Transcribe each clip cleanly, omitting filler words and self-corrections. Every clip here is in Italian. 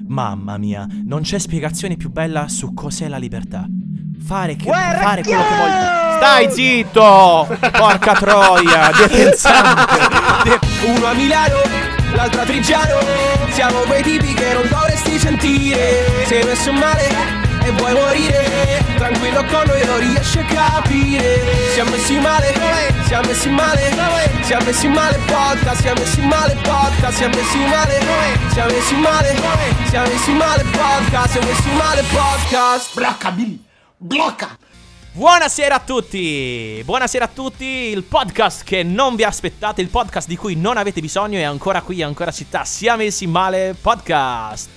Mamma mia, non c'è spiegazione più bella su cos'è la libertà. Fare quello che voglio. Stai zitto! Porca troia, depensante. Uno a Milano, l'altro a Trigiano. Siamo quei tipi che non dovresti sentire. Sei messo male e vuoi morire. Tranquillo con noi non riesci a capire. Siamo messi male, siamo messi male. Siamo messi male podcast, siamo messi male podcast. Siamo messi male, siamo messi male. Siamo messi male podcast, siamo messi male podcast. Blocca Billy, blocca. Buonasera a tutti, il podcast che non vi aspettate, il podcast di cui non avete bisogno è ancora qui, è ancora città. Siamo messi male podcast.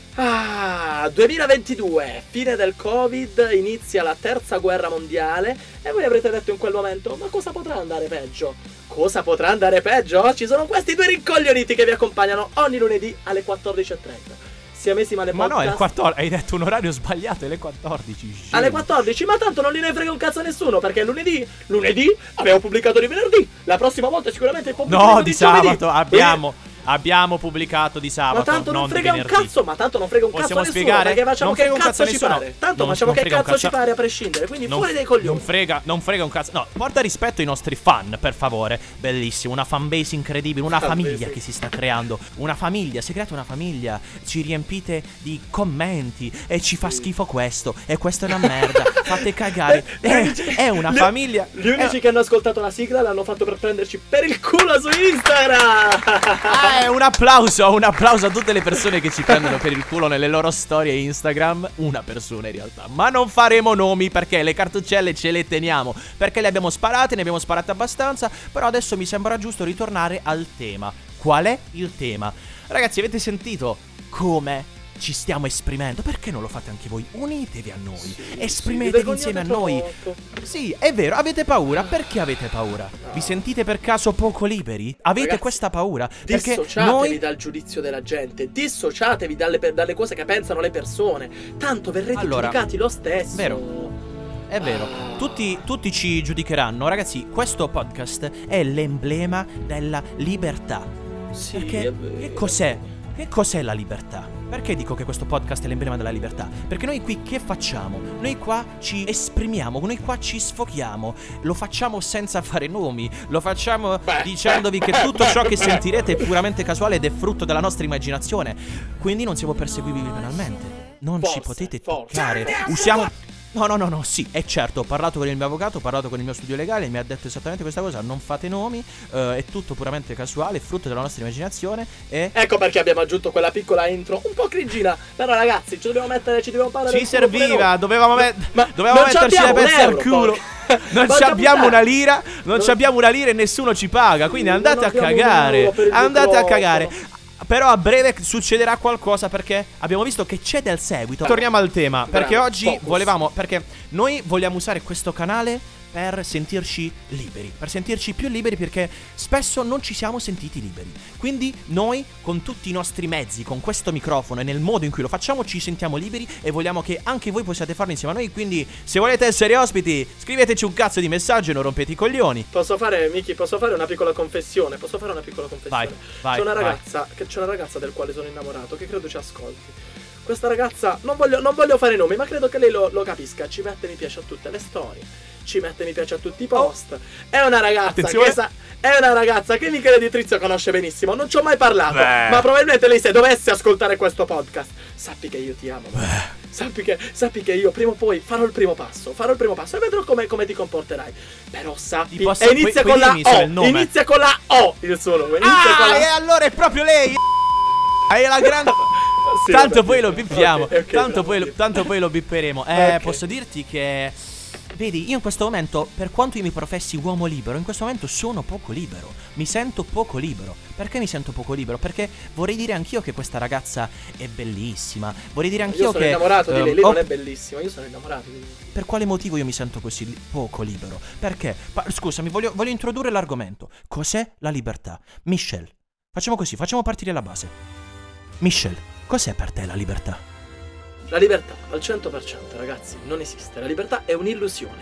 2022, fine del Covid, inizia la terza guerra mondiale e voi avrete detto in quel momento: ma cosa potrà andare peggio? Cosa potrà andare peggio? Ci sono questi due rincoglioniti che vi accompagnano ogni lunedì alle 14:30. Siamo messi male podcast. Ma no, è il 14, hai detto un orario sbagliato, è le 14. Scemo. Alle 14, ma tanto non ne frega un cazzo a nessuno, perché lunedì abbiamo pubblicato di venerdì. La prossima volta sicuramente pubblicheremo No, di sabato abbiamo pubblicato di sabato. Ma tanto non frega un venerdì. cazzo, ma tanto non frega un cazzo a nessuno, spiegare? perché facciamo Non che frega un cazzo cazzo a ci nessuno. pare. Tanto Non facciamo che frega un cazzo ci cazzo. pare a prescindere, quindi fuori dai coglioni. Non frega un cazzo. No, porta rispetto ai nostri fan, per favore. Bellissimo, una fanbase incredibile, una famiglia che si sta creando. Una famiglia, si è creata una famiglia. Ci riempite di commenti e ci fa schifo questo e questo è una merda. Fate cagare. È una famiglia. Gli unici che hanno ascoltato la sigla l'hanno fatto per prenderci per il culo su Instagram. Un applauso a tutte le persone che ci prendono per il culo nelle loro storie Instagram. Una persona in realtà. Ma non faremo nomi perché le cartuccelle ce le teniamo, perché le abbiamo sparate, ne abbiamo sparate abbastanza. Però adesso mi sembra giusto ritornare al tema. Qual è il tema? Ragazzi, avete sentito come ci stiamo esprimendo? Perché non lo fate anche voi? Unitevi a noi, esprimetevi insieme a noi. Sì, è vero, avete paura? Perché avete paura? Vi sentite per caso poco liberi? Avete Ragazzi, questa paura? Perché dissociatevi noi dal giudizio della gente, dissociatevi dalle cose che pensano le persone. Tanto verrete giudicati lo stesso. È vero, tutti ci giudicheranno. Ragazzi, questo podcast è l'emblema della libertà. Sì, perché è vero. Che cos'è la libertà? Perché dico che questo podcast è l'emblema della libertà? Perché noi qui che facciamo? Noi qua ci esprimiamo, noi qua ci sfoghiamo. Lo facciamo senza fare nomi. Lo facciamo dicendovi che tutto ciò che sentirete è puramente casuale ed è frutto della nostra immaginazione. Quindi non siamo perseguibili penalmente. Non ci potete toccare. Usiamo... No, sì, è certo, ho parlato con il mio avvocato, ho parlato con il mio studio legale, mi ha detto esattamente questa cosa, non fate nomi, è tutto puramente casuale, è frutto della nostra immaginazione e... Ecco perché abbiamo aggiunto quella piccola intro, un po' cringina, però ragazzi, ci dobbiamo parlare. Ci serviva, dovevamo metterci le pezze al culo. Non ci abbiamo una lira, e nessuno ci paga, quindi andate a cagare, Però a breve succederà qualcosa perché abbiamo visto che c'è del seguito. Torniamo al tema, perché oggi perché noi vogliamo usare questo canale per sentirci liberi, per sentirci più liberi, perché spesso non ci siamo sentiti liberi. Quindi noi con tutti i nostri mezzi, con questo microfono e nel modo in cui lo facciamo, ci sentiamo liberi e vogliamo che anche voi possiate farlo insieme a noi. Quindi se volete essere ospiti, scriveteci un cazzo di messaggio e non rompete i coglioni. Posso fare una piccola confessione? Vai. C'è una ragazza del quale sono innamorato, che credo ci ascolti. Questa ragazza, non voglio fare nomi, ma credo che lei lo capisca. Ci mette mi piace a tutte le storie, ci mette mi piace a tutti i post. È una ragazza che Michele Di Trizio conosce benissimo. Non ci ho mai parlato, ma probabilmente lei, se dovesse ascoltare questo podcast, sappi che io ti amo. Sappi che io prima o poi farò il primo passo e vedrò come ti comporterai. Però sappi, inizia con la O il suo nome. E allora è proprio lei. È la grande... Sì, tanto vabbè, poi lo bippiamo. okay, tanto poi lo bipperemo. Posso dirti che... Vedi, io in questo momento, per quanto io mi professi uomo libero, in questo momento sono poco libero. Mi sento poco libero. Perché mi sento poco libero? Perché vorrei dire anch'io che questa ragazza è bellissima. Vorrei dire anch'io che... Io sono innamorato di lei, non è bellissima, io sono innamorato di lei. Per quale motivo io mi sento così poco libero? Perché? Scusami, voglio introdurre l'argomento. Cos'è la libertà? Michel, facciamo così, facciamo partire la base. Michel, cos'è per te la libertà? La libertà al 100%, ragazzi, non esiste. La libertà è un'illusione.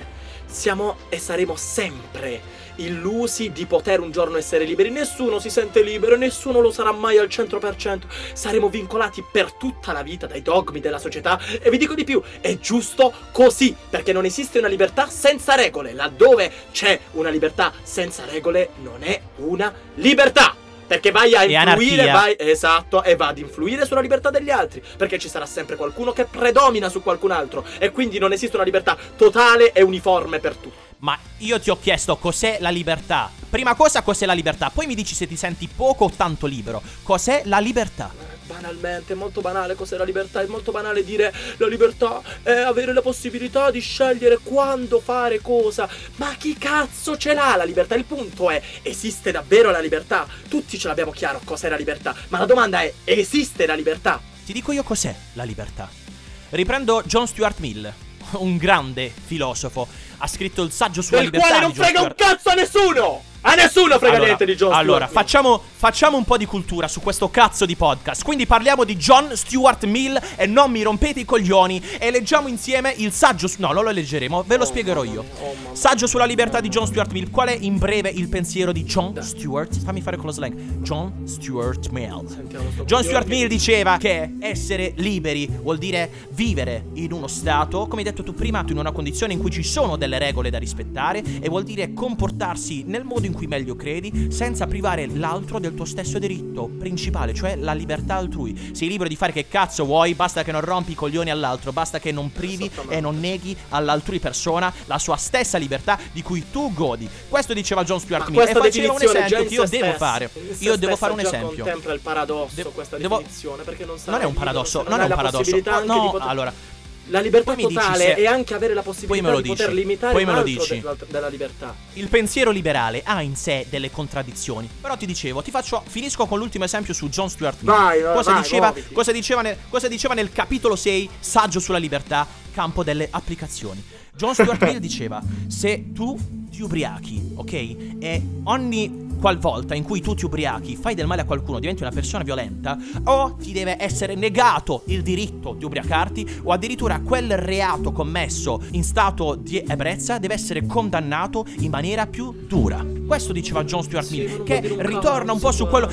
siamo e saremo sempre illusi di poter un giorno essere liberi. Nessuno si sente libero, nessuno lo sarà mai al 100%. Saremo vincolati per tutta la vita dai dogmi della società. E vi dico di più, è giusto così, perché non esiste una libertà senza regole. Laddove c'è una libertà senza regole non è una libertà, perché vai a influire, e va ad influire sulla libertà degli altri, perché ci sarà sempre qualcuno che predomina su qualcun altro, e quindi non esiste una libertà totale e uniforme per tutti. Ma io ti ho chiesto cos'è la libertà. Prima cosa, cos'è la libertà? Poi mi dici se ti senti poco o tanto libero. Cos'è la libertà? Banalmente, è molto banale cos'è la libertà. È molto banale dire la libertà è avere la possibilità di scegliere quando fare cosa. Ma chi cazzo ce l'ha la libertà? Il punto è, esiste davvero la libertà? Tutti ce l'abbiamo chiaro cos'è la libertà, ma la domanda è, esiste la libertà? Ti dico io cos'è la libertà. Riprendo John Stuart Mill, un grande filosofo. Ha scritto il saggio sulla libertà. Del quale non frega un cazzo a nessuno! A nessuno frega niente di John Stuart Mill. Allora, facciamo un po' di cultura su questo cazzo di podcast. Quindi parliamo di John Stuart Mill e non mi rompete i coglioni. E leggiamo insieme il saggio. No, non lo leggeremo, ve lo spiegherò io. Saggio sulla libertà di John Stuart Mill. Qual è in breve il pensiero di John Stuart? Fammi fare con lo slang. John Stuart Mill. John Stuart Mill diceva che essere liberi vuol dire vivere in uno stato, come hai detto tu prima, in una condizione in cui ci sono delle regole da rispettare, e vuol dire comportarsi nel modo in cui meglio credi, senza privare l'altro del tuo stesso diritto principale, cioè la libertà altrui. Sei libero di fare che cazzo vuoi, basta che non rompi i coglioni all'altro, basta che non privi e non neghi all'altrui persona la sua stessa libertà di cui tu godi. Questo diceva John Stuart Mill, e faceva un esempio che io devo fare. Io devo fare un esempio. Contempla il paradosso questa definizione, perché non è un paradosso, non è un paradosso. No, allora, la libertà totale è anche avere la possibilità di poter limitare l'altro della libertà. Il pensiero liberale ha in sé delle contraddizioni. Però ti dicevo, finisco con l'ultimo esempio su John Stuart Mill. Cosa diceva nel capitolo 6, saggio sulla libertà, campo delle applicazioni. John Stuart Mill diceva: se tu ti ubriachi, ok? E ogni qualvolta in cui tu ti ubriachi, fai del male a qualcuno, diventi una persona violenta, o ti deve essere negato il diritto di ubriacarti, o addirittura quel reato commesso in stato di ebbrezza deve essere condannato in maniera più dura. Questo diceva John Stuart Mill, che ritorna un po' su quello.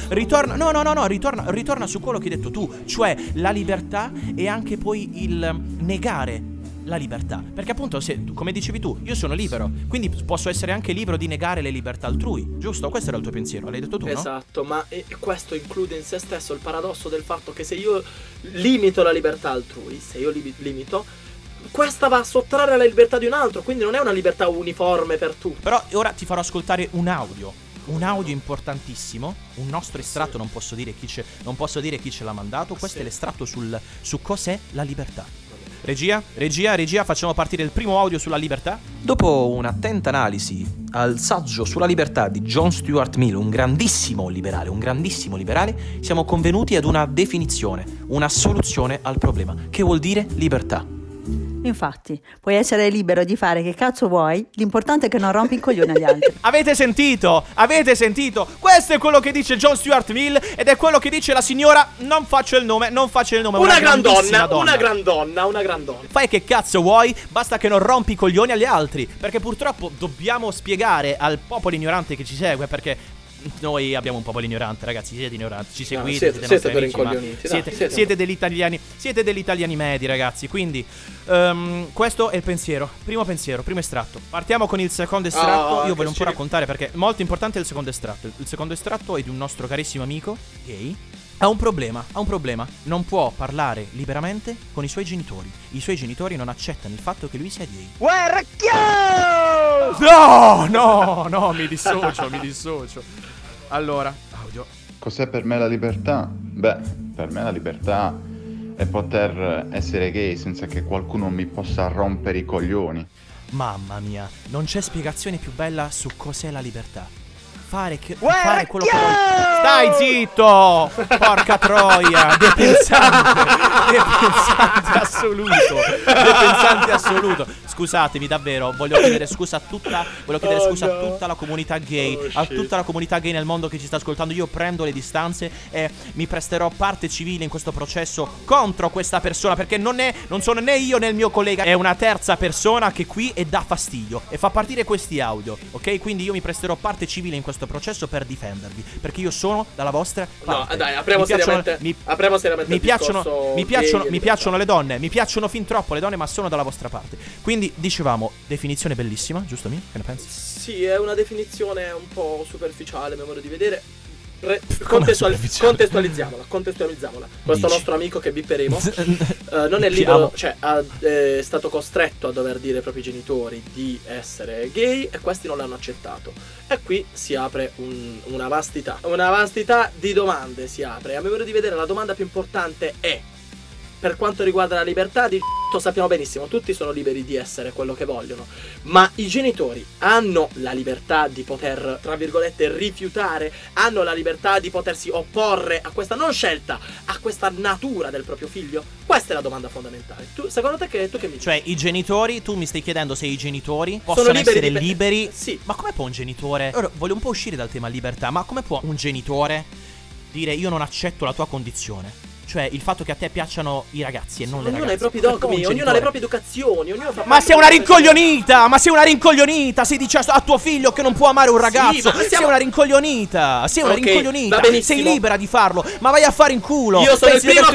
Ritorna su quello che hai detto tu, cioè la libertà e anche poi il negare la libertà. Perché appunto, se, come dicevi tu, io sono libero, quindi posso essere anche libero di negare le libertà altrui, giusto? Questo era il tuo pensiero, l'hai detto tu, esatto, no? Ma questo include in se stesso il paradosso del fatto che se io limito la libertà altrui, se io limito, questa va a sottrarre la libertà di un altro, quindi non è una libertà uniforme per tutti. Però ora ti farò ascoltare un audio importantissimo, un nostro estratto, sì. Non posso dire chi ce l'ha mandato. Questo, sì. È l'estratto su cos'è la libertà. Regia, facciamo partire il primo audio sulla libertà. Dopo un'attenta analisi al saggio sulla libertà di John Stuart Mill, un grandissimo liberale, siamo convenuti ad una definizione, una soluzione al problema. Che vuol dire libertà? Infatti, puoi essere libero di fare che cazzo vuoi, l'importante è che non rompi il coglione agli altri. Avete sentito? Questo è quello che dice John Stuart Mill, ed è quello che dice la signora, non faccio il nome. Una grandonna. Fai che cazzo vuoi, basta che non rompi i coglioni agli altri. Perché purtroppo dobbiamo spiegare al popolo ignorante che ci segue, perché noi abbiamo un popolo ignorante, ragazzi, siete ignoranti, ci seguite, siete amici, siete degli italiani medi, ragazzi. Quindi questo è il pensiero, primo estratto. Partiamo con il secondo estratto. Io voglio un po' raccontare, perché è molto importante il secondo estratto. Il secondo estratto è di un nostro carissimo amico gay. Ha un problema, non può parlare liberamente con i suoi genitori. I suoi genitori non accettano il fatto che lui sia gay. No, mi dissocio. Allora, audio. Cos'è per me la libertà? Beh, per me la libertà è poter essere gay senza che qualcuno mi possa rompere i coglioni. Mamma mia, non c'è spiegazione più bella su cos'è la libertà. Fare quello che vuoi. Stai zitto! Porca troia! Depensante assoluto. pensante assoluto. Scusatemi, davvero, voglio chiedere scusa a tutta la comunità gay, a tutta la comunità gay nel mondo che ci sta ascoltando. Io prendo le distanze e mi presterò parte civile in questo processo contro questa persona, perché non sono né io né il mio collega, è una terza persona che qui e dà fastidio e fa partire questi audio, ok? Quindi io mi presterò parte civile in questo processo per difendervi, perché io sono dalla vostra parte. No, dai, apriamo seriamente. Mi piacciono le donne, mi piacciono fin troppo le donne, ma sono dalla vostra parte. Quindi dicevamo, definizione bellissima, giusto Mi? Che ne pensi? Sì, è una definizione un po' superficiale, mi modo di vedere. Contestualizziamola. Questo nostro amico che bipperemo non è libero, cioè è stato costretto a dover dire ai propri genitori di essere gay e questi non l'hanno accettato. E qui si apre una vastità di domande si apre. A mio modo di vedere la domanda più importante è: per quanto riguarda la libertà di sappiamo benissimo, tutti sono liberi di essere quello che vogliono, ma i genitori hanno la libertà di poter, tra virgolette, rifiutare, hanno la libertà di potersi opporre a questa non scelta, a questa natura del proprio figlio? Questa è la domanda fondamentale. Secondo te tu che mi dici? Cioè i genitori, tu mi stai chiedendo se i genitori possono essere liberi? Sì. Ma come può un genitore? Ora voglio un po' uscire dal tema libertà, ma come può un genitore dire io non accetto la tua condizione? Cioè il fatto che a te piacciono i ragazzi e non le ragazze. Ognuno ha i propri dogmi, ognuno ha le proprie educazioni, Ma sei una rincoglionita! Si dice a tuo figlio che non può amare un ragazzo. Sì, sei una rincoglionita. Va benissimo. Sei libera di farlo, ma vai a fare in culo. Io sono il primo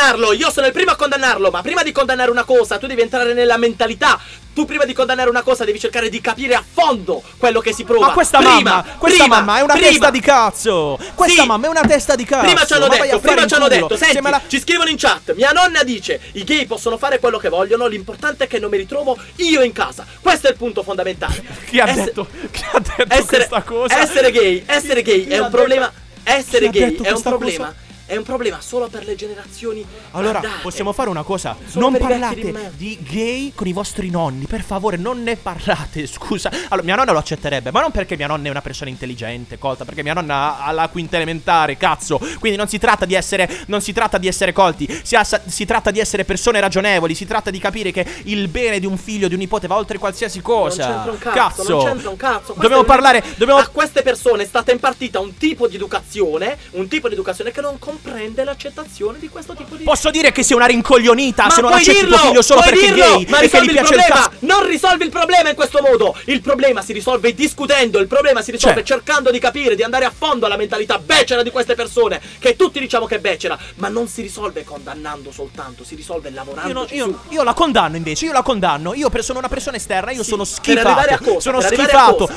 a condannarlo, ma prima di condannare una cosa tu devi entrare nella mentalità. Tu prima di condannare una cosa devi cercare di capire a fondo quello che si prova. Ma questa mamma è una testa di cazzo. Mamma è una testa di cazzo. Prima ci hanno detto, senti, ci scrivono in chat. Mia nonna dice, i gay possono fare quello che vogliono, l'importante è che non mi ritrovo io in casa. Questo è il punto fondamentale. Chi ha detto questa cosa? Essere gay è un problema. Essere gay è un problema. È un problema solo per le generazioni. Allora, andate. Possiamo fare una cosa. Solo non per i vecchi parlate di gay con i vostri nonni. Per favore, non ne parlate. Scusa. Allora, mia nonna lo accetterebbe. Ma non perché mia nonna è una persona intelligente, colta. Perché mia nonna ha la quinta elementare, cazzo. Quindi non si tratta di essere colti. Si tratta di essere persone ragionevoli. Si tratta di capire che il bene di un figlio, di un nipote, va oltre qualsiasi cosa. Non c'entra un cazzo. Dobbiamo parlare. A queste persone è stata impartita un tipo di educazione che non comprende l'accettazione di questo tipo di... Posso dire che sei una rincoglionita? Ma se non accetti tuo figlio solo perché è gay e che gli piace il cazzo. Non risolvi il problema in questo modo. Il problema si risolve discutendo. Il problema si risolve cercando di capire, di andare a fondo alla mentalità becera di queste persone, che tutti diciamo che è becera, ma non si risolve condannando soltanto, si risolve lavorando. Io la condanno invece. Sono una persona esterna. Io sono schifato. Per arrivare a cosa? Sono schifato.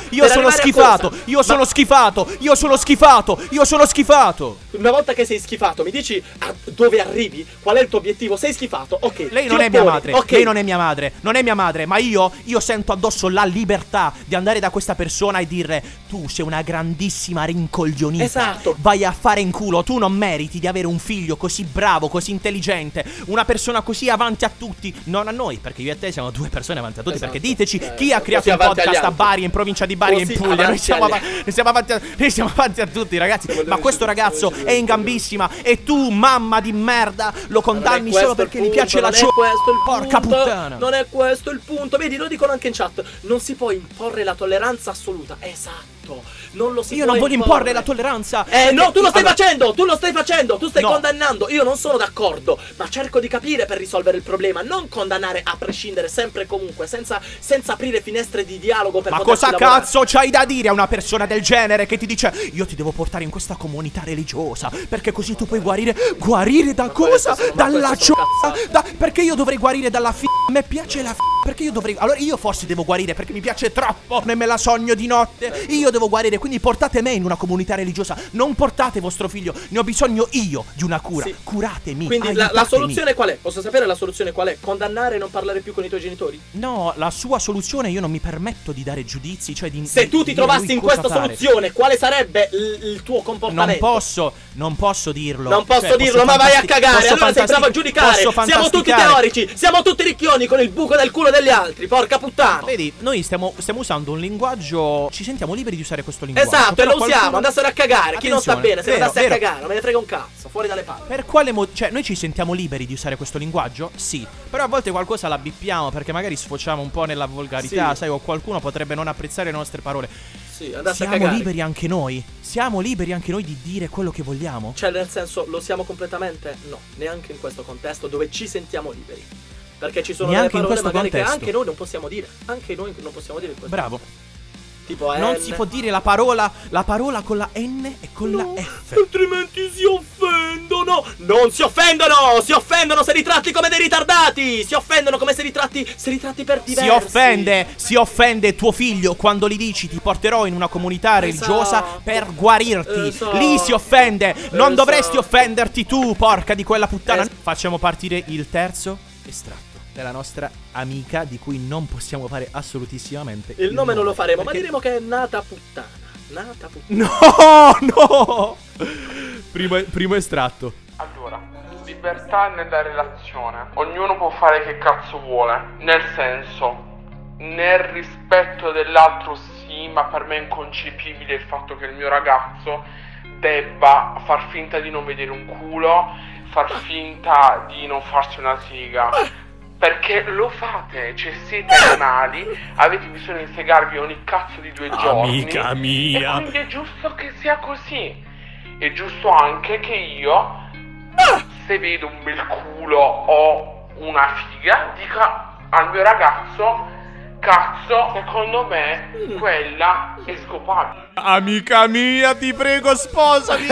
Io sono schifato. Una volta che sei schifato, mi dici dove arrivi? Qual è il tuo obiettivo? Sei schifato, ok. Lei non è mia madre. Lei non è mia madre. Non è mia madre. Ma io sento addosso la libertà di andare da questa persona e dire: tu sei una grandissima rincoglionita. Esatto. Vai a fare in culo. Tu non meriti di avere un figlio così bravo, così intelligente, una persona cossi avanti a tutti. Non a noi, perché io e te siamo due persone avanti a tutti. Esatto. Perché diteci chi ha creato un podcast a Bari, in provincia di Bari e in Puglia. Noi siamo avanti a tutti, ragazzi. Ma questo ragazzo è in gambissima e tu, mamma di merda, lo condanni solo perché gli piace la porca puttana. Non è questo il punto. Vedi, lo dicono anche in chat. Non si può imporre la tolleranza assoluta. Esatto. Non lo si Io può non voglio imporre la tolleranza. No, tu lo stai facendo. Tu stai condannando. Io non sono d'accordo, ma cerco di capire per risolvere il problema. Non condannare a prescindere, sempre e comunque, senza aprire finestre di dialogo per ma poterci cosa lavorare. cazzo c'hai da dire a una persona del genere che ti dice: io ti devo portare in questa comunità religiosa perché così tu puoi guarire da cosa? Dalla perché io dovrei guarire dalla a me piace la perché io dovrei... Allora io forse devo guarire perché mi piace troppo e me la sogno di notte. Io devo guarire, quindi portate me in una comunità religiosa. Non portate vostro figlio. Ne ho bisogno io di una cura. Sì. Curatemi. Quindi la soluzione qual è? Posso sapere la soluzione qual è? Condannare e non parlare più con i tuoi genitori? No, la sua soluzione io non mi permetto di dare giudizi, cioè di... Se tu ti trovassi in questa soluzione, quale sarebbe il tuo comportamento? Non posso dirlo. Non posso dirlo, ma vai a cagare. Allora sei bravo a giudicare. Siamo tutti teorici. Siamo tutti ricchioni con il buco del culo degli altri. Porca puttana. Vedi, noi stiamo usando un linguaggio. Ci sentiamo liberi di usare questo linguaggio. Esatto, e lo usiamo, qualcuno... andassero a cagare. Chi non sta bene, se ne andasse a vero. cagare, non me ne frega un cazzo, fuori dalle palle. Per quale motivo? Cioè, noi ci sentiamo liberi di usare questo linguaggio? Sì. Però a volte qualcosa la bippiamo perché magari sfociamo un po' nella volgarità, Sì. sai, o qualcuno potrebbe non apprezzare le nostre parole. Sì, andasse a Siamo cagare. liberi anche noi? Siamo liberi anche noi di dire quello che vogliamo? Cioè, nel senso, lo siamo completamente? No, neanche in questo contesto dove ci sentiamo liberi. Perché ci sono Neanche in delle parole questo magari contesto. che anche noi non possiamo dire. Anche noi non possiamo dire in questo. Bravo. Tipo Non N. si può dire la parola con la N e con la F. Altrimenti si offendono. Non si offendono! Si offendono se li tratti come dei ritardati! Si offendono come se li tratti per diversi. Si offende tuo figlio quando gli dici ti porterò in una comunità religiosa Esatto. per guarirti. Esatto. Lì si offende. Non Esatto. dovresti offenderti tu, porca di quella puttana. Es- Facciamo partire il terzo estratto della nostra amica di cui non possiamo fare assolutissimamente Il nome non lo faremo, ma perché- diremo che è nata puttana. Nata puttana. No. Primo estratto. Allora, libertà nella relazione. Ognuno può fare che cazzo vuole. Nel senso, nel rispetto dell'altro sì, ma per me è inconcepibile il fatto che il mio ragazzo debba far finta di non vedere un culo, far finta di non farsi una siga. Perché lo fate, cioè siete animali, avete bisogno di segarvi ogni cazzo di 2 giorni. Amica mia. E quindi è giusto che sia così. È giusto anche che io, se vedo un bel culo o una figa, dica al mio ragazzo: cazzo, secondo me quella è scopabile. Amica mia, ti prego, sposami,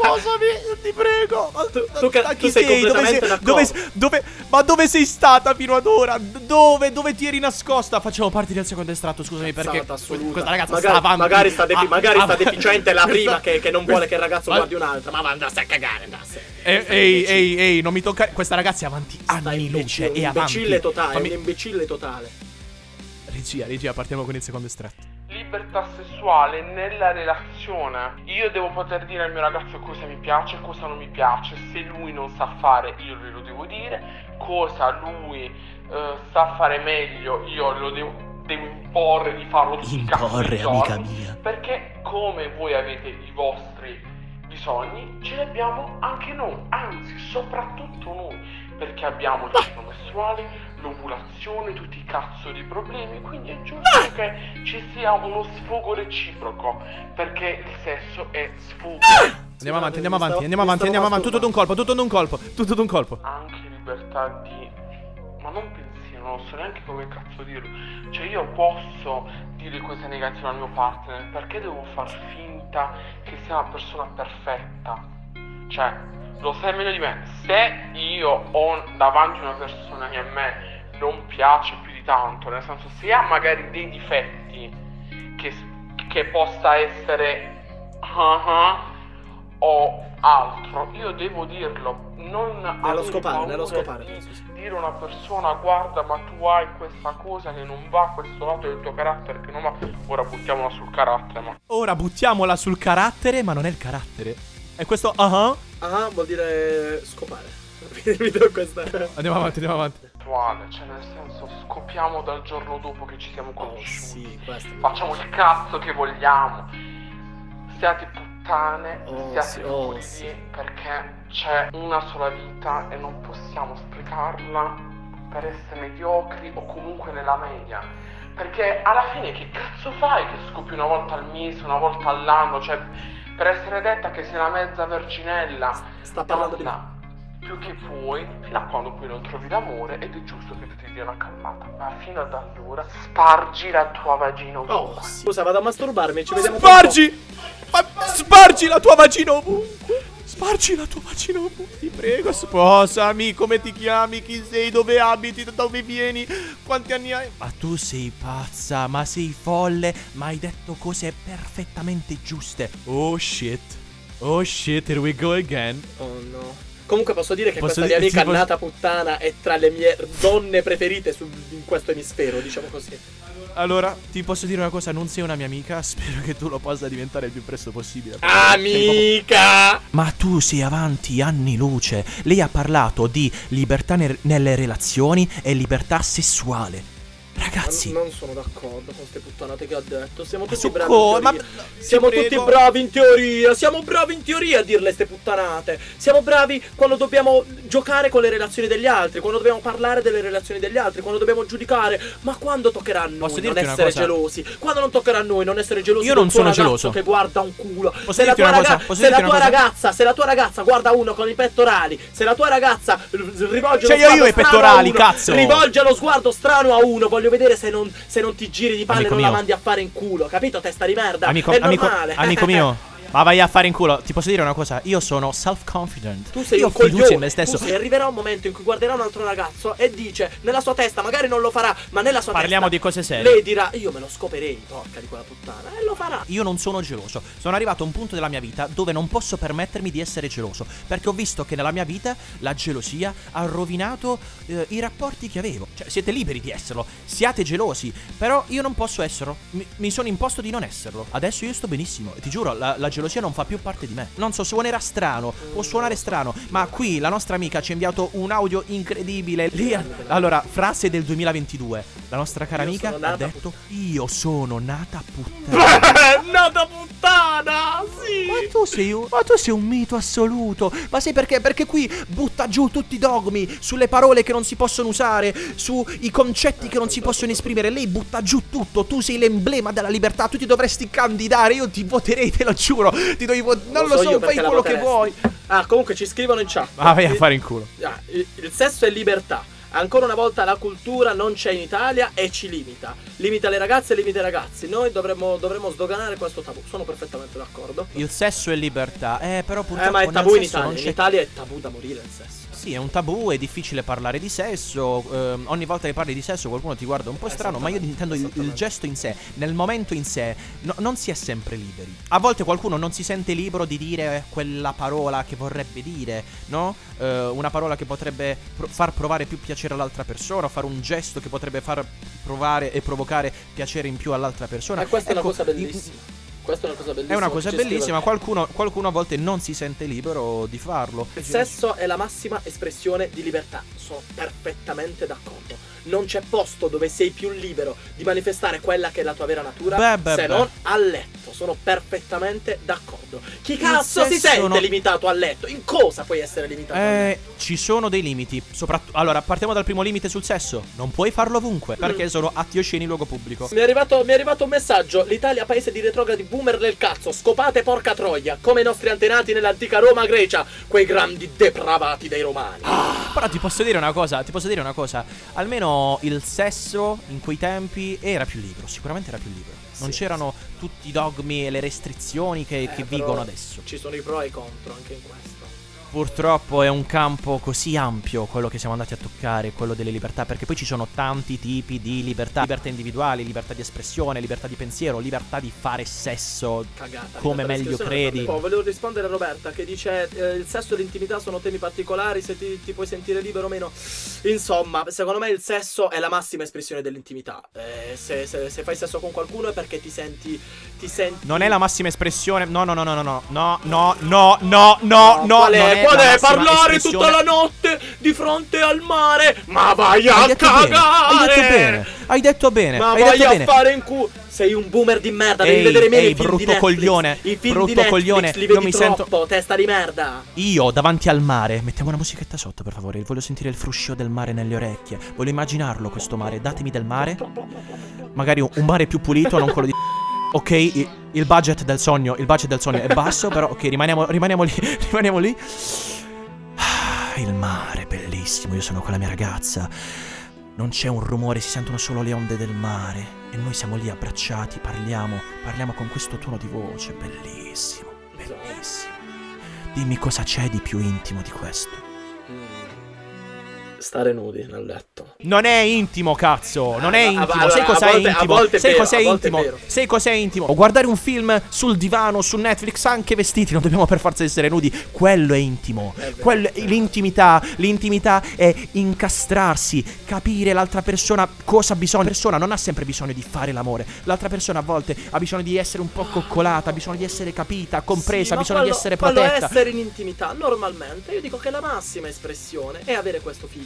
ti prego. Tu sei completamente d'accordo. Ma dove sei stata fino ad ora? Dove ti eri nascosta? Facciamo parte del secondo estratto, scusami, perché Cazzata assoluta. questa ragazza magari, sta avanti. magari sta deficiente la prima questa- che non vuole che il ragazzo Ma- guardi un'altra. Ma andasse a cagare, andasse. Ehi, non mi toccare. Questa ragazza è avanti anni luce, è avanti. imbecille totale, Fammi- è un imbecille totale. Regia, partiamo con il secondo estratto. Libertà sessuale nella relazione. Io devo poter dire al mio ragazzo cosa mi piace e cosa non mi piace. Se lui non sa fare, io glielo devo dire. Cosa lui sa fare meglio, io lo devo imporre di farlo tutti i cazzo di giorni. mia. Perché come voi avete i vostri bisogni, ce li abbiamo anche noi. Anzi, soprattutto noi. Perché abbiamo il ciclo mestruale, l'ovulazione, tutti i cazzo di problemi. Quindi è giusto che ci sia uno sfogo reciproco. Perché il sesso è sfogo. Andiamo avanti. Tutto d'un colpo. Anche libertà di... ma non pensiero, non so neanche come cazzo dirlo. Cioè io posso dire cose negative al mio partner, perché devo far finta che sia una persona perfetta? Cioè, lo sai meglio di me. Se io ho davanti una persona che a me non piace più di tanto, nel senso, se ha magari dei difetti che possa essere o altro, io devo dirlo. Non Nello scopare. di dire a una persona: guarda, ma tu hai questa cosa che non va, questo lato del tuo carattere che non va. Ora buttiamola sul carattere, ma Ora buttiamola sul carattere, ma non è il carattere. È questo Ah, vuol dire scopare. Mi do questa. Andiamo avanti. attuale, cioè nel senso, scopiamo dal giorno dopo che ci siamo conosciuti. Sì, questo. Facciamo il cazzo che vogliamo. Siate puttane, siate furbi, sì. perché c'è una sola vita e non possiamo sprecarla per essere mediocri o comunque nella media. Perché alla fine che cazzo fai che scopi una volta al mese, una volta all'anno? Cioè, per essere detta che sei una mezza verginella, Sta parlando di me. più che puoi, fino a quando poi non trovi l'amore, ed è giusto che ti dia una calmata. Ma fino ad allora spargi la tua vagina ovunque. Oh, scusa, vado a masturbarmi, ci vediamo Spargi la tua vagina ovunque. Ti prego, sposami. Come ti chiami? Chi sei? Dove abiti? Da dove vieni? Quanti anni hai? Ma tu sei pazza, ma sei folle. Ma hai detto cose perfettamente giuste. Oh shit, here we go again. Oh no. Comunque posso dire che Posso questa mia dire- amica sì, nata puttana è tra le mie donne preferite in questo emisfero, diciamo così. Allora, ti posso dire una cosa, non sei una mia amica. Spero che tu lo possa diventare il più presto possibile. Amica! Ma tu sei avanti anni luce. Lei ha parlato di libertà nelle relazioni e libertà sessuale. ragazzi. Non sono d'accordo con queste puttanate che ha detto. Siamo tutti su bravi co- in ma- teoria. ti Siamo prego. tutti bravi in teoria. Siamo bravi in teoria a dirle ste puttanate. Siamo bravi quando dobbiamo giocare con le relazioni degli altri, quando dobbiamo parlare delle relazioni degli altri, quando dobbiamo giudicare. Ma quando toccherà a noi Posso non dirti una essere cosa? gelosi? Quando non toccherà a noi non essere gelosi? Io del non tuo sono ragazzo geloso. che guarda un culo. Posso Se la dirti tua una cosa? ragazza, Posso se la dirti tua una cosa? ragazza, se la tua ragazza guarda uno con i pettorali, se la tua ragazza rivolge Cioè, lo sguardo io i strano pettorali, a uno, cazzo. rivolge lo sguardo strano a uno, voglio vedere se non ti giri di palle e Amico non la mio. mandi a fare in culo, capito? Testa di merda. Amico, è amico, normale. amico mio, ma vai a fare in culo. Ti posso dire una cosa? Io sono self-confident. Tu sei Io un ho fiducia coglione. in me stesso. Tu arriverà un momento in cui guarderà un altro ragazzo e dice nella sua testa, magari non lo farà, ma nella sua Parliamo testa di cose serie. lei dirà io me lo scoperei, porca di quella puttana, e lo farà. Io non sono geloso. Sono arrivato a un punto della mia vita dove non posso permettermi di essere geloso, perché ho visto che nella mia vita la gelosia ha rovinato i rapporti che avevo. Cioè, siete liberi di esserlo, siate gelosi, però io non posso esserlo. Mi sono imposto di non esserlo. Adesso io sto benissimo. Ti giuro, la gelosia non fa più parte di me. Non so, suonerà strano, può suonare strano, ma qui la nostra amica ci ha inviato un audio incredibile. Allora, frase del 2022. La nostra cara Io amica sono ha nata detto: io sono nata puttana. Nata puttana, sì. Ma tu sei un mito assoluto. Ma sai perché? Perché qui butta giù tutti i dogmi sulle parole che non si possono usare, sui concetti che non si possono esprimere. Lei butta giù tutto. Tu sei l'emblema della libertà. Tu ti dovresti candidare. Io ti voterei, te lo giuro. Non lo so, io fai perché la quello che voteresti. vuoi. Ah, comunque ci scrivono in chat. Ah, vai a fare in culo. Il sesso è libertà. Ancora una volta la cultura non c'è in Italia e ci limita. Limita le ragazze e limita i ragazzi. Noi dovremmo sdoganare questo tabù. Sono perfettamente d'accordo. Il sesso è libertà. Però purtroppo ma è nel tabù in sesso Italia. non In c'è. Italia è tabù da morire il sesso. Sì, è un tabù, è difficile parlare di sesso. Ogni volta che parli di sesso qualcuno ti guarda un po' strano, ma io intendo il gesto in sé, nel momento in sé, non si è sempre liberi. A volte qualcuno non si sente libero di dire quella parola che vorrebbe dire, no? Una parola che potrebbe far provare più piacere all'altra persona, fare un gesto che potrebbe far provare e provocare piacere in più all'altra persona. E questa è una Ecco, cosa bellissima. Questa è una cosa bellissima. È una cosa che ci bellissima, scrive. qualcuno a volte non si sente libero di farlo. Il sesso è la massima espressione di libertà. Sono perfettamente d'accordo. Non c'è posto dove sei più libero di manifestare quella che è la tua vera natura se non a letto. Sono perfettamente d'accordo. Chi cazzo si sente limitato a letto? In cosa puoi essere limitato a letto? Ci sono dei limiti. Allora, partiamo dal primo limite sul sesso. Non puoi farlo ovunque, perché sono atti osceni in luogo pubblico. Mi è arrivato un messaggio. L'Italia paese di retrogradi boomer del cazzo. Scopate porca troia. Come i nostri antenati nell'antica Roma Grecia. Quei grandi depravati dei romani. Però ti posso dire una cosa. Almeno il sesso in quei tempi era più libero. Sicuramente era più libero. Non c'erano tutti i dogmi e le restrizioni che vigono adesso. Ci sono i pro e i contro anche in questo. Purtroppo è un campo così ampio quello che siamo andati a toccare, quello delle libertà, perché poi ci sono tanti tipi di libertà. Libertà individuali, libertà di espressione, libertà di pensiero, libertà di fare sesso Cagata, come meglio credi. Volevo rispondere a Roberta che dice il sesso e l'intimità sono temi particolari, se ti puoi sentire libero o meno. Insomma, secondo me il sesso è la massima espressione dell'intimità. Se fai sesso con qualcuno è perché ti senti. Non è la massima espressione. No. Qual è? Parlare tutta la notte di fronte al mare? Ma vai a cagare! Hai detto bene. Ma vai a fare in culo. Sei un boomer di merda, devi vedere meno i film brutto di Netflix. coglione. I film Brutto di Netflix coglione. li vedi Io mi troppo, sento testa di merda. Io davanti al mare. Mettiamo una musichetta sotto, per favore. Voglio sentire il fruscio del mare nelle orecchie. Voglio immaginarlo questo mare. Datemi del mare. Magari un mare più pulito, non quello di ok, il budget del sogno è basso, però ok, rimaniamo lì. Il mare, bellissimo, io sono con la mia ragazza. Non c'è un rumore, si sentono solo le onde del mare. E noi siamo lì abbracciati, parliamo con questo tono di voce, bellissimo. Dimmi cosa c'è di più intimo di questo. Stare nudi nel letto. Non è intimo, cazzo. Non è intimo. Allora, Sai cos'è intimo? Sai cos'è a volte intimo? è vero. Sai cos'è intimo? O guardare un film sul divano, su Netflix, anche vestiti. Non dobbiamo per forza essere nudi. Quello è intimo. L'intimità è incastrarsi, capire l'altra persona cosa ha bisogno. La persona non ha sempre bisogno di fare l'amore. L'altra persona a volte ha bisogno di essere un po' coccolata, ha bisogno di essere capita, compresa, ha bisogno di essere protetta. Essere in intimità, normalmente, io dico che la massima espressione è avere questo feeling.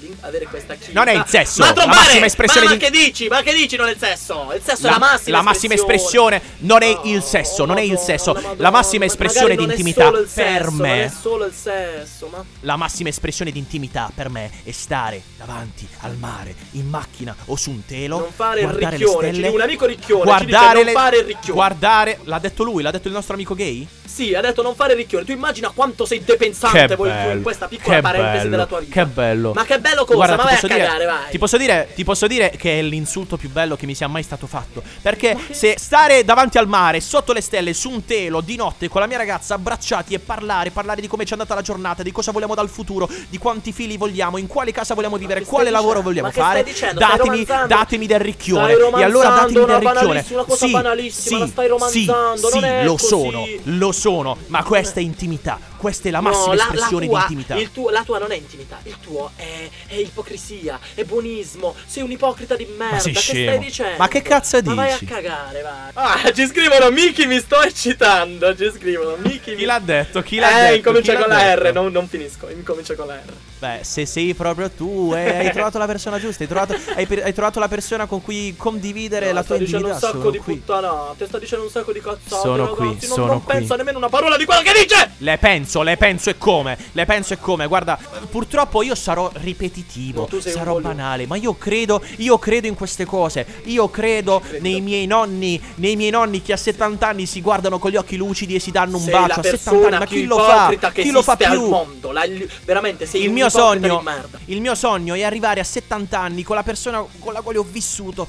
avere questa chimica. Non è il sesso, ma la massima espressione ma che dici? Ma che dici non è il sesso? Il sesso è la massima espressione non è il sesso, non è il sesso. La massima espressione di intimità per me. Non è solo il sesso, ma la massima espressione di intimità per me è stare davanti al mare, in macchina o su un telo, non fare il guardare ricchione, le stelle, un amico ricchione, guardare non fare il ricchione. Guardare, l'ha detto lui, l'ha detto il nostro amico gay? Sì, ha detto non fare il ricchione. Tu immagina quanto sei depensante tu in questa piccola parentesi della tua vita. Che bello. Ma che bello cosa, guarda, ma vai a cagare, vai. Ti posso dire che è l'insulto più bello che mi sia mai stato fatto. Perché se stare davanti al mare, sotto le stelle, su un telo, di notte, con la mia ragazza, abbracciati e parlare di come ci è andata la giornata, di cosa vogliamo dal futuro, di quanti figli vogliamo, in quale casa vogliamo vivere, quale lavoro vogliamo fare, datemi del ricchione. E allora datemi del ricchione. Una cosa banalissima, la stai romanzando, non è così. Lo sono, ma questa è intimità. Questa è la massima espressione di intimità. La tua non è intimità, il tuo è ipocrisia, è buonismo. Sei un ipocrita di merda. Che stai dicendo? Ma che cazzo dici? Ma vai a cagare, vai. Ah, ci scrivono Miki, mi sto eccitando. Ci scrivono Miki. Chi l'ha detto? Chi l'ha detto? Incomincia con la R, non finisco. Incomincia con la R. Beh, se sei proprio tu, hai trovato la persona giusta, hai trovato la persona con cui condividere la tua intimità. Ti sta dicendo un sacco di puttanate, ti sta dicendo un sacco di cazzate. Sono qui. Non pensa nemmeno una parola di quello che dice. Le penso e come. Guarda, purtroppo io sarò ripetitivo, sarò banale, ma io credo in queste cose. Io credo nei miei nonni che a 70 anni si guardano con gli occhi lucidi e si danno un bacio a 70 anni. Ma chi lo fa? Chi lo fa più? Al mondo, veramente sei il mio sogno è arrivare a 70 anni con la persona con la quale ho vissuto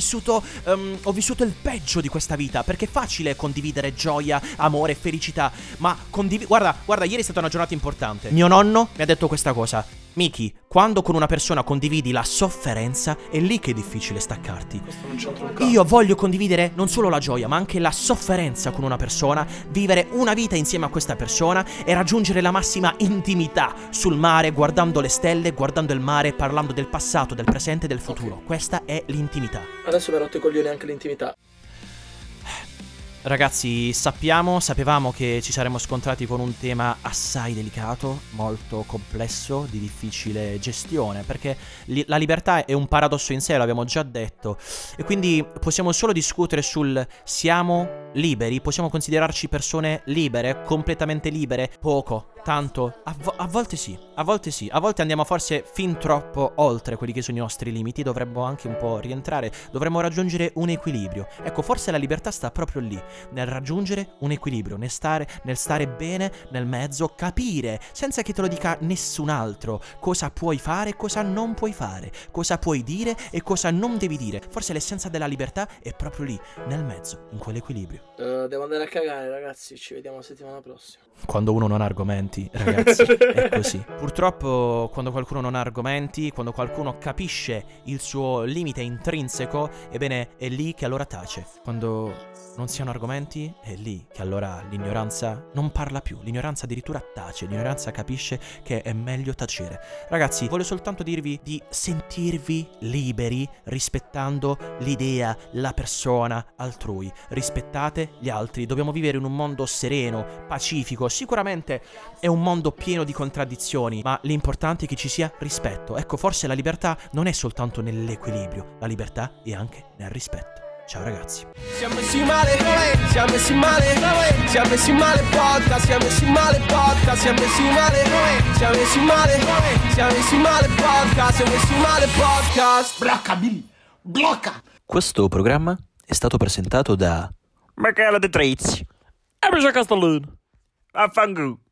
il peggio di questa vita, perché è facile condividere gioia, amore, felicità, ma guarda, ieri è stata una giornata importante. Mio nonno mi ha detto questa cosa: Miki, quando con una persona condividi la sofferenza, è lì che è difficile staccarti. Io voglio condividere non solo la gioia, ma anche la sofferenza con una persona, vivere una vita insieme a questa persona e raggiungere la massima intimità sul mare, guardando le stelle, guardando il mare, parlando del passato, del presente e del futuro. Questa è l'intimità. Adesso mi ha rotto i coglioni anche l'intimità. Ragazzi, sapevamo che ci saremmo scontrati con un tema assai delicato, molto complesso, di difficile gestione, perché la libertà è un paradosso in sé, l'abbiamo già detto, e quindi possiamo solo discutere sul siamo liberi, possiamo considerarci persone libere, completamente libere, poco, tanto, a volte sì, a volte andiamo forse fin troppo oltre quelli che sono i nostri limiti, dovremmo anche un po' rientrare, dovremmo raggiungere un equilibrio. Ecco, forse la libertà sta proprio lì, nel raggiungere un equilibrio, nel stare bene nel mezzo, capire, senza che te lo dica nessun altro, cosa puoi fare e cosa non puoi fare, cosa puoi dire e cosa non devi dire. Forse l'essenza della libertà è proprio lì, nel mezzo, in quell'equilibrio. Devo andare a cagare, ragazzi, ci vediamo la settimana prossima. Quando uno non ha argomenti, ragazzi, è così. Purtroppo, quando qualcuno non ha argomenti, quando qualcuno capisce il suo limite intrinseco, ebbene, è lì che allora tace. Quando non si hanno argomenti, è lì che allora l'ignoranza non parla più. L'ignoranza addirittura tace, l'ignoranza capisce che è meglio tacere. Ragazzi, voglio soltanto dirvi di sentirvi liberi rispettando l'idea, la persona altrui. Rispettate gli altri. Dobbiamo vivere in un mondo sereno, pacifico. Sicuramente è un mondo pieno di contraddizioni, ma l'importante è che ci sia rispetto. Ecco, forse la libertà non è soltanto nell'equilibrio, la libertà è anche nel rispetto. Ciao ragazzi. Siamo messi male podcast, siamo messi male podcast. Blocca Billy, blocca. Questo programma è stato presentato da Michele De Trezzi e Michele Castellino. Affangu.